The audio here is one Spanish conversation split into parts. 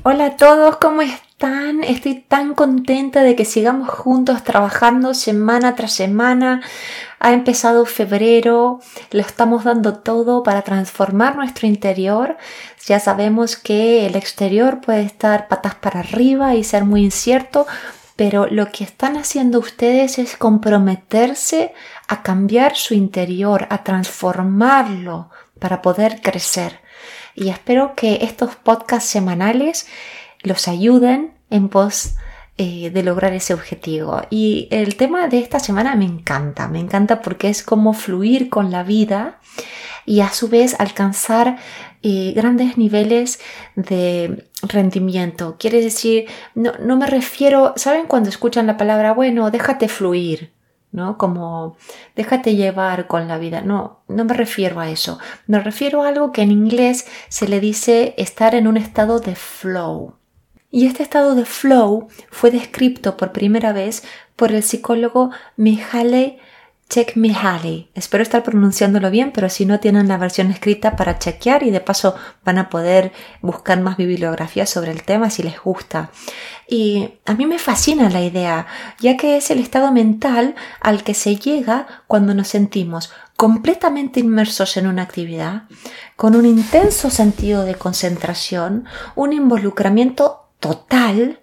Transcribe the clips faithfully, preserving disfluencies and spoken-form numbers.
Hola a todos, ¿cómo están? Estoy tan contenta de que sigamos juntos trabajando semana tras semana. Ha empezado febrero, lo estamos dando todo para transformar nuestro interior. Ya sabemos que el exterior puede estar patas para arriba y ser muy incierto, pero lo que están haciendo ustedes es comprometerse a cambiar su interior, a transformarlo para poder crecer. Y espero que estos podcasts semanales los ayuden en pos eh, de lograr ese objetivo. Y el tema de esta semana me encanta, me encanta porque es como fluir con la vida y a su vez alcanzar eh, grandes niveles de rendimiento. Quiere decir, no, no me refiero, ¿saben cuando escuchan la palabra, bueno, déjate fluir? ¿No? Como déjate llevar con la vida. No, no me refiero a eso. Me refiero a algo que en inglés se le dice estar en un estado de flow. Y este estado de flow fue descrito por primera vez por el psicólogo Mihaly Csikszentmihalyi. Espero estar pronunciándolo bien, pero si no, tienen la versión escrita para chequear y de paso van a poder buscar más bibliografía sobre el tema si les gusta. Y a mí me fascina la idea, ya que es el estado mental al que se llega cuando nos sentimos completamente inmersos en una actividad, con un intenso sentido de concentración, un involucramiento total,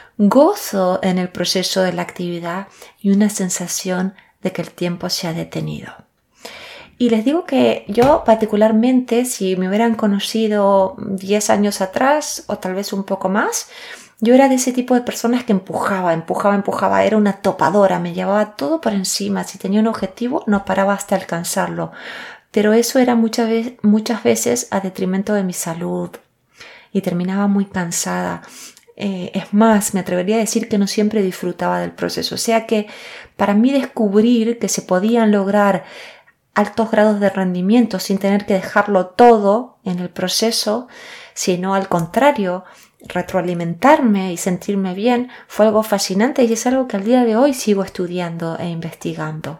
gozo en el proceso de la actividad y una sensación de que el tiempo se ha detenido. Y les digo que yo particularmente, si me hubieran conocido diez años atrás o tal vez un poco más, yo era de ese tipo de personas que empujaba, empujaba, empujaba, era una topadora, me llevaba todo por encima, si tenía un objetivo no paraba hasta alcanzarlo, pero eso era muchas veces, muchas veces a detrimento de mi salud y terminaba muy cansada. Eh, es más, me atrevería a decir que no siempre disfrutaba del proceso, o sea que para mí descubrir que se podían lograr altos grados de rendimiento sin tener que dejarlo todo en el proceso, sino al contrario, retroalimentarme y sentirme bien, fue algo fascinante y es algo que al día de hoy sigo estudiando e investigando.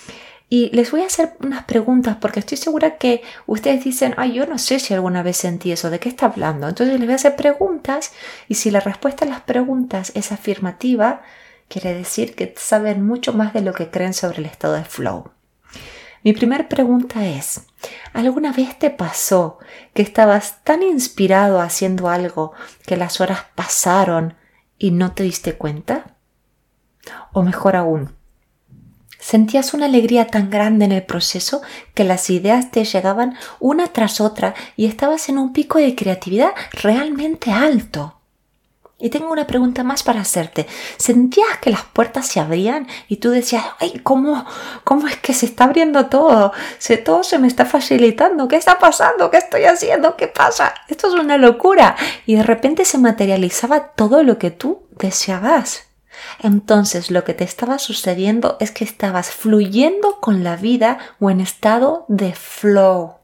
Y les voy a hacer unas preguntas porque estoy segura que ustedes dicen, ay, yo no sé si alguna vez sentí eso, ¿de qué está hablando? Entonces les voy a hacer preguntas y si la respuesta a las preguntas es afirmativa, quiere decir que saben mucho más de lo que creen sobre el estado de flow. Mi primera pregunta es, ¿alguna vez te pasó que estabas tan inspirado haciendo algo que las horas pasaron y no te diste cuenta? O mejor aún, ¿sentías una alegría tan grande en el proceso que las ideas te llegaban una tras otra y estabas en un pico de creatividad realmente alto? Y tengo una pregunta más para hacerte. ¿Sentías que las puertas se abrían y tú decías, ay, ¿cómo, cómo es que se está abriendo todo? Se, todo se me está facilitando. ¿Qué está pasando? ¿Qué estoy haciendo? ¿Qué pasa? Esto es una locura. Y de repente se materializaba todo lo que tú deseabas. Entonces lo que te estaba sucediendo es que estabas fluyendo con la vida o en estado de flow.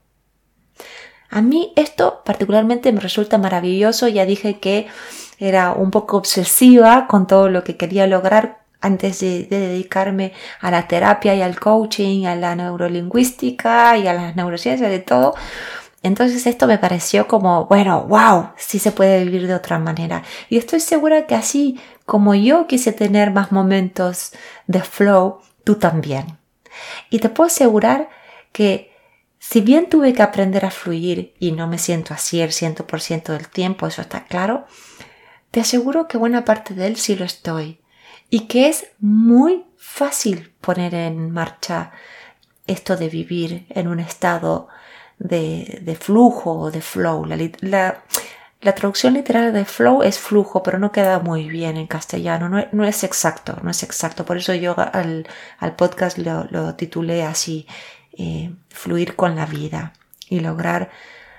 A mí esto particularmente me resulta maravilloso. Ya dije que era un poco obsesiva con todo lo que quería lograr antes de, de dedicarme a la terapia y al coaching, a la neurolingüística y a las neurociencias, de todo. Entonces esto me pareció como, bueno, wow, sí se puede vivir de otra manera. Y estoy segura que así como yo quise tener más momentos de flow, tú también. Y te puedo asegurar que si bien tuve que aprender a fluir y no me siento así el cien por ciento del tiempo, eso está claro, te aseguro que buena parte de él sí lo estoy. Y que es muy fácil poner en marcha esto de vivir en un estado de, de flujo o de flow. La, la, la traducción literal de flow es flujo, pero no queda muy bien en castellano. No, no es exacto, no es exacto. Por eso yo al, al podcast lo, lo titulé así, eh, fluir con la vida y lograr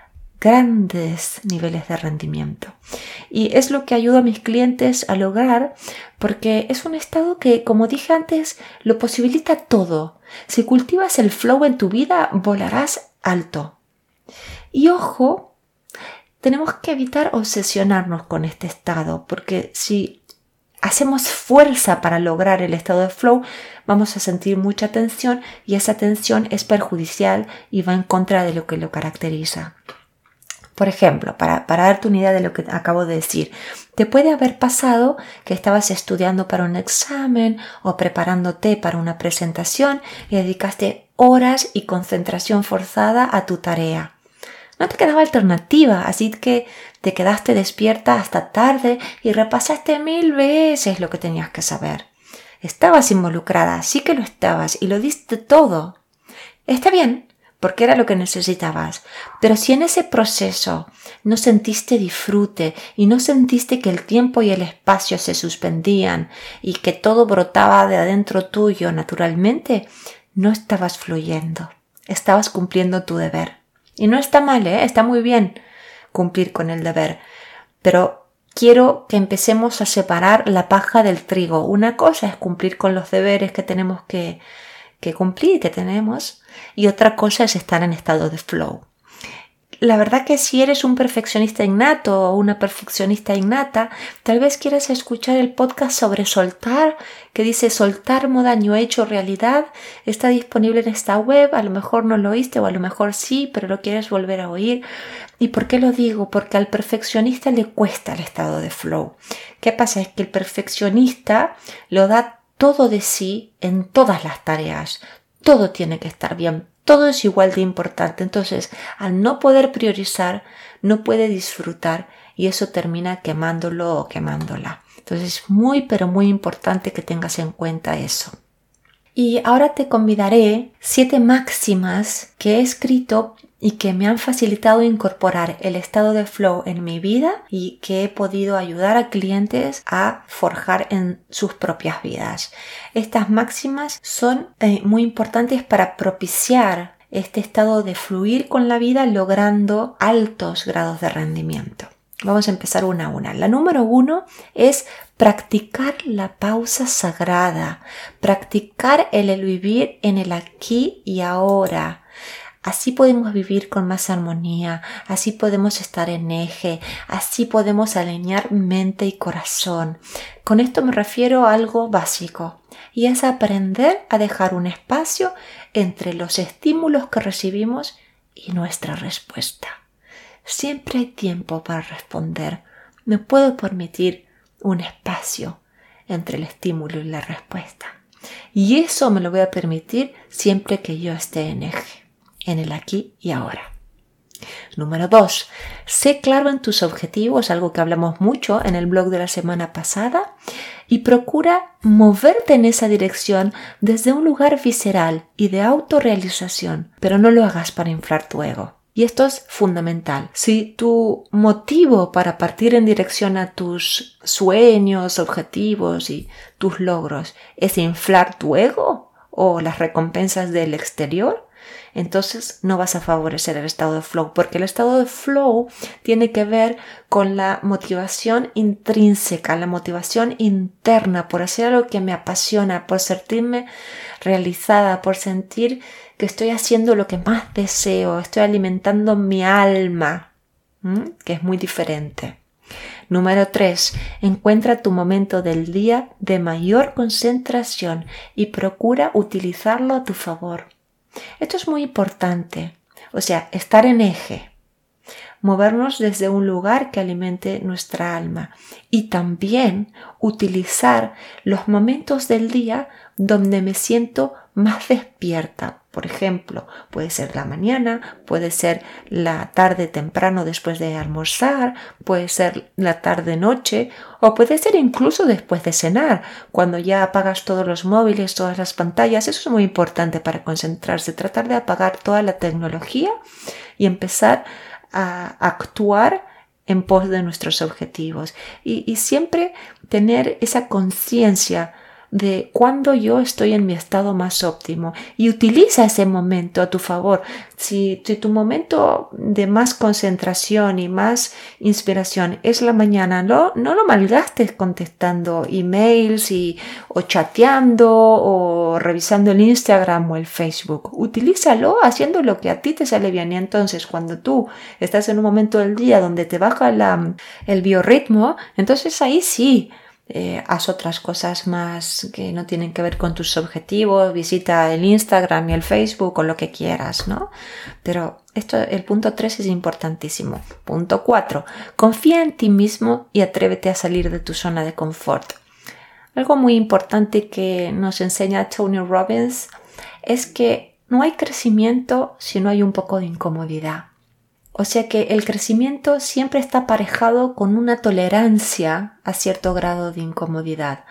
grandes niveles de rendimiento. Y es lo que ayudo a mis clientes a lograr porque es un estado que, como dije antes, lo posibilita todo. Si cultivas el flow en tu vida, volarás alto. Y ojo, tenemos que evitar obsesionarnos con este estado porque si hacemos fuerza para lograr el estado de flow, vamos a sentir mucha tensión y esa tensión es perjudicial y va en contra de lo que lo caracteriza. Por ejemplo, para, para darte una idea de lo que acabo de decir, te puede haber pasado que estabas estudiando para un examen o preparándote para una presentación y dedicaste horas y concentración forzada a tu tarea. No te quedaba alternativa, así que te quedaste despierta hasta tarde y repasaste mil veces lo que tenías que saber. Estabas involucrada, sí que lo estabas y lo diste todo. Está bien, porque era lo que necesitabas. Pero si en ese proceso no sentiste disfrute y no sentiste que el tiempo y el espacio se suspendían y que todo brotaba de adentro tuyo naturalmente, no estabas fluyendo. Estabas cumpliendo tu deber. Y no está mal, ¿eh? Está muy bien cumplir con el deber. Pero quiero que empecemos a separar la paja del trigo. Una cosa es cumplir con los deberes que tenemos que que cumplir, que tenemos, y otra cosa es estar en estado de flow. La verdad que si eres un perfeccionista innato o una perfeccionista innata, tal vez quieras escuchar el podcast sobre soltar, que dice soltar modo año hecho realidad. Está disponible en esta web, a lo mejor no lo oíste o a lo mejor sí, pero lo quieres volver a oír. ¿Y por qué lo digo? Porque al perfeccionista le cuesta el estado de flow. ¿Qué pasa? Es que el perfeccionista lo da todo de sí en todas las tareas. Todo tiene que estar bien. Todo es igual de importante. Entonces, al no poder priorizar, no puede disfrutar y eso termina quemándolo o quemándola. Entonces, es muy, pero muy importante que tengas en cuenta eso. Y ahora te convidaré siete máximas que he escrito y que me han facilitado incorporar el estado de flow en mi vida y que he podido ayudar a clientes a forjar en sus propias vidas. Estas máximas son eh, muy importantes para propiciar este estado de fluir con la vida logrando altos grados de rendimiento. Vamos a empezar una a una. La número uno es practicar la pausa sagrada, practicar el vivir en el aquí y ahora. Así podemos vivir con más armonía, así podemos estar en eje, así podemos alinear mente y corazón. Con esto me refiero a algo básico y es aprender a dejar un espacio entre los estímulos que recibimos y nuestra respuesta. Siempre hay tiempo para responder. Me puedo permitir un espacio entre el estímulo y la respuesta. Y eso me lo voy a permitir siempre que yo esté en eje, en el aquí y ahora. Número dos. Sé claro en tus objetivos, algo que hablamos mucho en el blog de la semana pasada, y procura moverte en esa dirección desde un lugar visceral y de autorrealización, pero no lo hagas para inflar tu ego. Y esto es fundamental. Si tu motivo para partir en dirección a tus sueños, objetivos y tus logros es inflar tu ego o las recompensas del exterior, entonces no vas a favorecer el estado de flow, porque el estado de flow tiene que ver con la motivación intrínseca, la motivación interna por hacer algo que me apasiona, por sentirme realizada, por sentir que estoy haciendo lo que más deseo, estoy alimentando mi alma, ¿m? Que es muy diferente. Número tres. Encuentra tu momento del día de mayor concentración y procura utilizarlo a tu favor. Esto es muy importante, o sea, estar en eje, movernos desde un lugar que alimente nuestra alma y también utilizar los momentos del día donde me siento más despierta. Por ejemplo, puede ser la mañana, puede ser la tarde temprano después de almorzar, puede ser la tarde noche o puede ser incluso después de cenar, cuando ya apagas todos los móviles, todas las pantallas. Eso es muy importante para concentrarse, tratar de apagar toda la tecnología y empezar a actuar en pos de nuestros objetivos y, y siempre tener esa conciencia de cuando yo estoy en mi estado más óptimo y utiliza ese momento a tu favor. Si, si tu momento de más concentración y más inspiración es la mañana, no, no lo malgastes contestando emails y, o chateando o revisando el Instagram o el Facebook. Utilízalo haciendo lo que a ti te sale bien y entonces cuando tú estás en un momento del día donde te baja la, el biorritmo, entonces ahí sí eh, haz otras cosas más que no tienen que ver con tus objetivos, visita el Instagram y el Facebook o lo que quieras, ¿no? Pero esto, el punto tres es importantísimo. Punto cuatro, confía en ti mismo y atrévete a salir de tu zona de confort. Algo muy importante que nos enseña Tony Robbins es que no hay crecimiento si no hay un poco de incomodidad. O sea que el crecimiento siempre está aparejado con una tolerancia a cierto grado de incomodidad.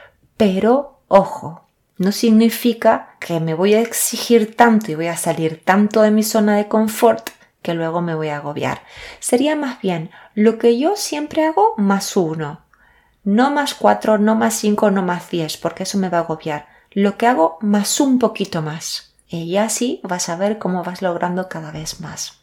Pero, ojo, no significa que me voy a exigir tanto y voy a salir tanto de mi zona de confort que luego me voy a agobiar. Sería más bien lo que yo siempre hago más uno. No más cuatro, no más cinco, no más diez, porque eso me va a agobiar. Lo que hago más un poquito más. Y así vas a ver cómo vas logrando cada vez más.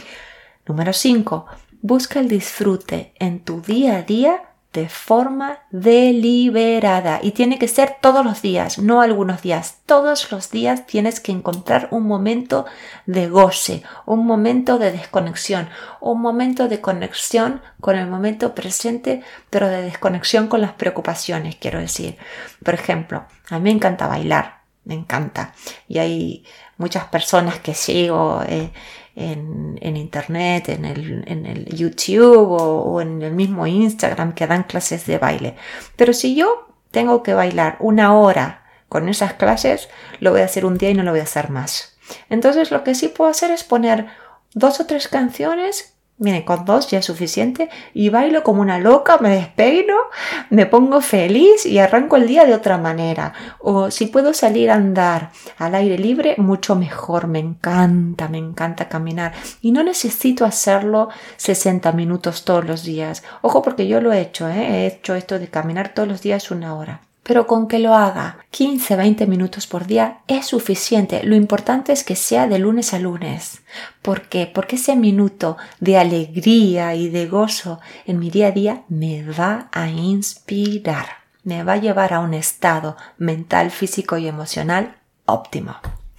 Número cinco. Busca el disfrute en tu día a día de forma deliberada. Y tiene que ser todos los días, no algunos días. Todos los días tienes que encontrar un momento de goce, un momento de desconexión, un momento de conexión con el momento presente, pero de desconexión con las preocupaciones, quiero decir. Por ejemplo, a mí me encanta bailar, me encanta. Y hay muchas personas que sigo eh, en, en internet, en el, en el YouTube o, o en el mismo Instagram que dan clases de baile. Pero si yo tengo que bailar una hora con esas clases, lo voy a hacer un día y no lo voy a hacer más. Entonces lo que sí puedo hacer es poner dos o tres canciones. Miren, con dos ya es suficiente y bailo como una loca, me despeino, me pongo feliz y arranco el día de otra manera. O si puedo salir a andar al aire libre, mucho mejor. Me encanta, me encanta caminar y no necesito hacerlo sesenta minutos todos los días. Ojo, porque yo lo he hecho, ¿eh? He hecho esto de caminar todos los días una hora. Pero con que lo haga quince a veinte minutos por día es suficiente. Lo importante es que sea de lunes a lunes. ¿Por qué? Porque ese minuto de alegría y de gozo en mi día a día me va a inspirar. Me va a llevar a un estado mental, físico y emocional óptimo.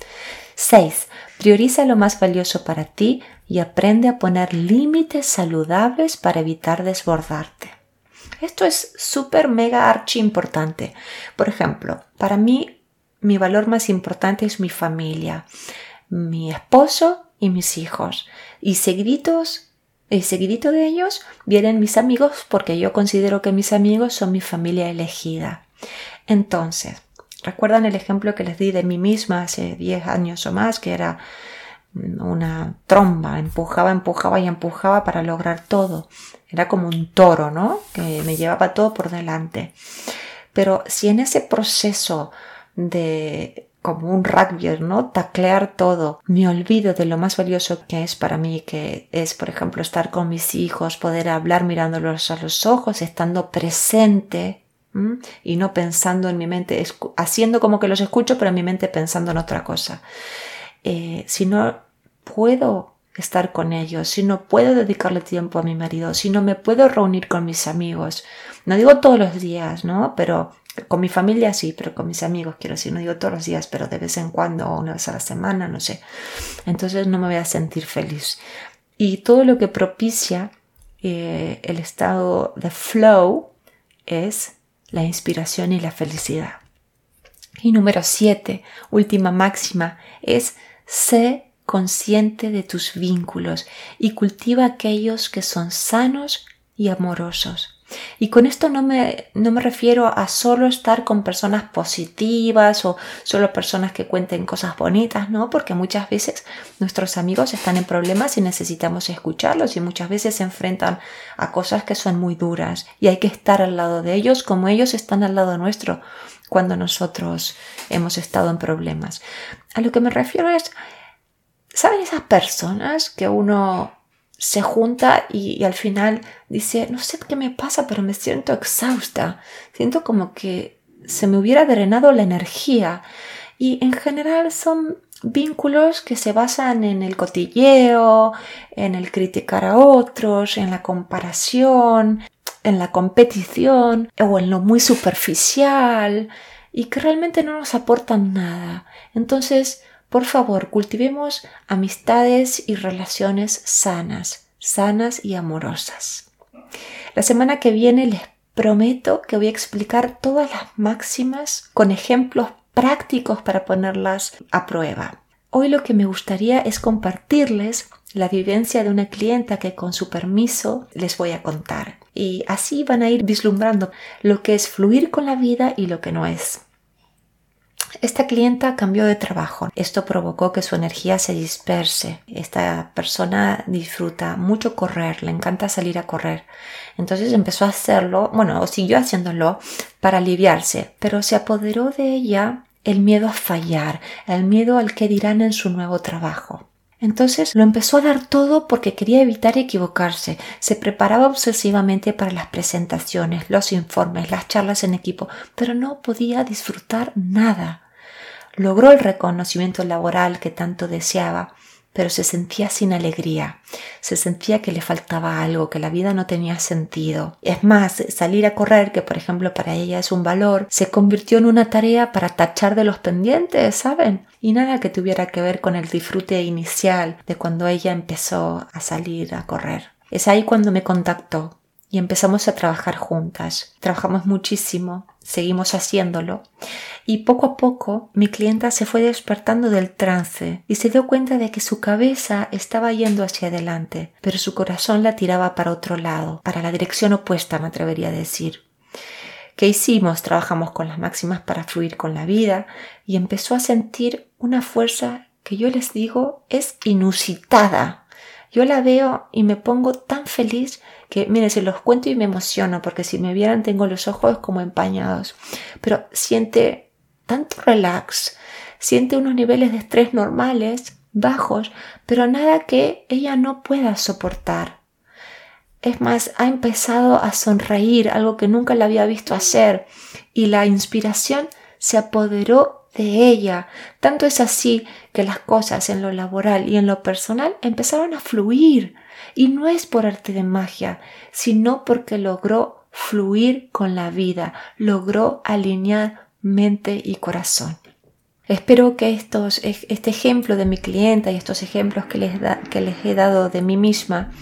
seis. Prioriza lo más valioso para ti y aprende a poner límites saludables para evitar desbordarte. Esto es súper mega archi importante. Por ejemplo, para mí mi valor más importante es mi familia, mi esposo y mis hijos. Y seguiditos, y seguidito de ellos vienen mis amigos porque yo considero que mis amigos son mi familia elegida. Entonces, ¿recuerdan el ejemplo que les di de mí misma hace diez años o más? Que era una tromba, empujaba, empujaba y empujaba para lograr todo. Era como un toro, ¿no? Que me llevaba todo por delante. Pero si en ese proceso de, como un rugby, ¿no? Taclear todo, me olvido de lo más valioso que es para mí, que es, por ejemplo, estar con mis hijos, poder hablar mirándolos a los ojos, estando presente, ¿m? Y no pensando en mi mente, haciendo como que los escucho, pero en mi mente pensando en otra cosa. Eh, si no puedo estar con ellos, si no puedo dedicarle tiempo a mi marido, si no me puedo reunir con mis amigos, no digo todos los días, ¿no? Pero con mi familia sí, pero con mis amigos quiero decir, no digo todos los días, pero de vez en cuando, una vez a la semana, no sé. Entonces no me voy a sentir feliz. Y todo lo que propicia eh, el estado de flow es la inspiración y la felicidad. Y número siete, última máxima, es sé consciente de tus vínculos y cultiva aquellos que son sanos y amorosos. Y con esto no me, no me refiero a solo estar con personas positivas o solo personas que cuenten cosas bonitas, ¿no? Porque muchas veces nuestros amigos están en problemas y necesitamos escucharlos y muchas veces se enfrentan a cosas que son muy duras y hay que estar al lado de ellos como ellos están al lado nuestro cuando nosotros hemos estado en problemas. A lo que me refiero es, ¿saben esas personas que uno se junta y, y al final dice, no sé qué me pasa, pero me siento exhausta? Siento como que se me hubiera drenado la energía. Y en general son vínculos que se basan en el cotilleo, en el criticar a otros, en la comparación, en la competición o en lo muy superficial y que realmente no nos aportan nada. Entonces, por favor, cultivemos amistades y relaciones sanas, sanas y amorosas. La semana que viene les prometo que voy a explicar todas las máximas con ejemplos prácticos para ponerlas a prueba. Hoy lo que me gustaría es compartirles la vivencia de una clienta que con su permiso les voy a contar. Y así van a ir vislumbrando lo que es fluir con la vida y lo que no es. Esta clienta cambió de trabajo. Esto provocó que su energía se disperse. Esta persona disfruta mucho correr, le encanta salir a correr. Entonces empezó a hacerlo, bueno, o siguió haciéndolo para aliviarse, pero se apoderó de ella el miedo a fallar, el miedo al que dirán en su nuevo trabajo. Entonces lo empezó a dar todo porque quería evitar equivocarse. Se preparaba obsesivamente para las presentaciones, los informes, las charlas en equipo, pero no podía disfrutar nada. Logró el reconocimiento laboral que tanto deseaba, pero se sentía sin alegría. Se sentía que le faltaba algo, que la vida no tenía sentido. Es más, salir a correr, que por ejemplo para ella es un valor, se convirtió en una tarea para tachar de los pendientes, ¿saben? Y nada que tuviera que ver con el disfrute inicial de cuando ella empezó a salir a correr. Es ahí cuando me contactó y empezamos a trabajar juntas. Trabajamos muchísimo, seguimos haciéndolo. Y poco a poco mi clienta se fue despertando del trance y se dio cuenta de que su cabeza estaba yendo hacia adelante, pero su corazón la tiraba para otro lado, para la dirección opuesta, me atrevería a decir. ¿Qué hicimos? Trabajamos con las máximas para fluir con la vida y empezó a sentir una fuerza que yo les digo es inusitada. Yo la veo y me pongo tan feliz que, miren, se los cuento y me emociono porque si me vieran tengo los ojos como empañados. Pero siente tanto relax, siente unos niveles de estrés normales, bajos, pero nada que ella no pueda soportar. Es más, ha empezado a sonreír, algo que nunca la había visto hacer, y la inspiración se apoderó de ella. Tanto es así que las cosas en lo laboral y en lo personal empezaron a fluir. Y no es por arte de magia, sino porque logró fluir con la vida, logró alinear mente y corazón. Espero que estos, este ejemplo de mi clienta y estos ejemplos que les, da, que les he dado de mí misma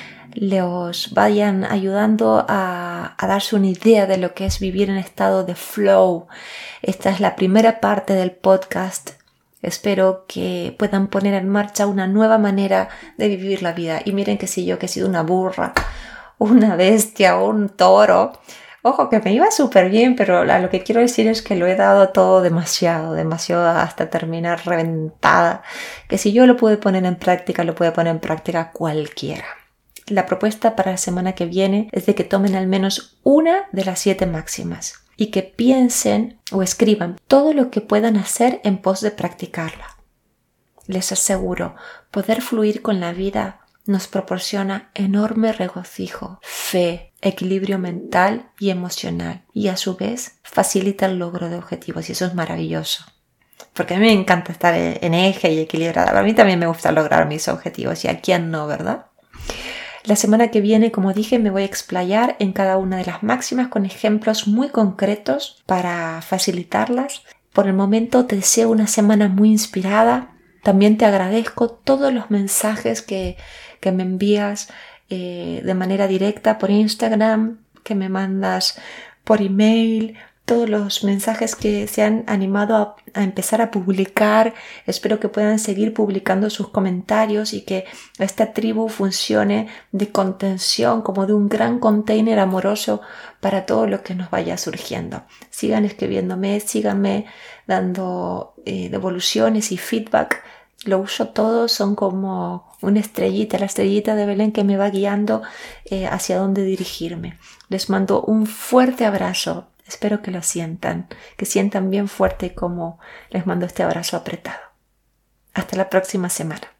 les vayan ayudando a, a darse una idea de lo que es vivir en estado de flow. Esta es la primera parte del podcast. Espero que puedan poner en marcha una nueva manera de vivir la vida. Y miren que si yo que he sido una burra, una bestia, un toro, ojo que me iba súper bien, pero lo que quiero decir es que lo he dado todo demasiado, demasiado hasta terminar reventada. Que si yo lo pude poner en práctica, lo puede poner en práctica cualquiera. La propuesta para la semana que viene es de que tomen al menos una de las siete máximas y que piensen o escriban todo lo que puedan hacer en pos de practicarla. Les aseguro, poder fluir con la vida nos proporciona enorme regocijo, fe, equilibrio mental y emocional y a su vez facilita el logro de objetivos y eso es maravilloso. Porque a mí me encanta estar en eje y equilibrada. A mí también me gusta lograr mis objetivos y a quién no, ¿verdad? La semana que viene, como dije, me voy a explayar en cada una de las máximas con ejemplos muy concretos para facilitarlas. Por el momento te deseo una semana muy inspirada. También te agradezco todos los mensajes que, que me envías eh, de manera directa por Instagram, que me mandas por email, todos los mensajes que se han animado a, a empezar a publicar. Espero que puedan seguir publicando sus comentarios y que esta tribu funcione de contención, como de un gran container amoroso para todo lo que nos vaya surgiendo. Sigan escribiéndome, síganme dando eh, devoluciones y feedback. Lo uso todo, son como una estrellita, la estrellita de Belén que me va guiando eh, hacia dónde dirigirme. Les mando un fuerte abrazo. Espero que lo sientan, que sientan bien fuerte como les mando este abrazo apretado. Hasta la próxima semana.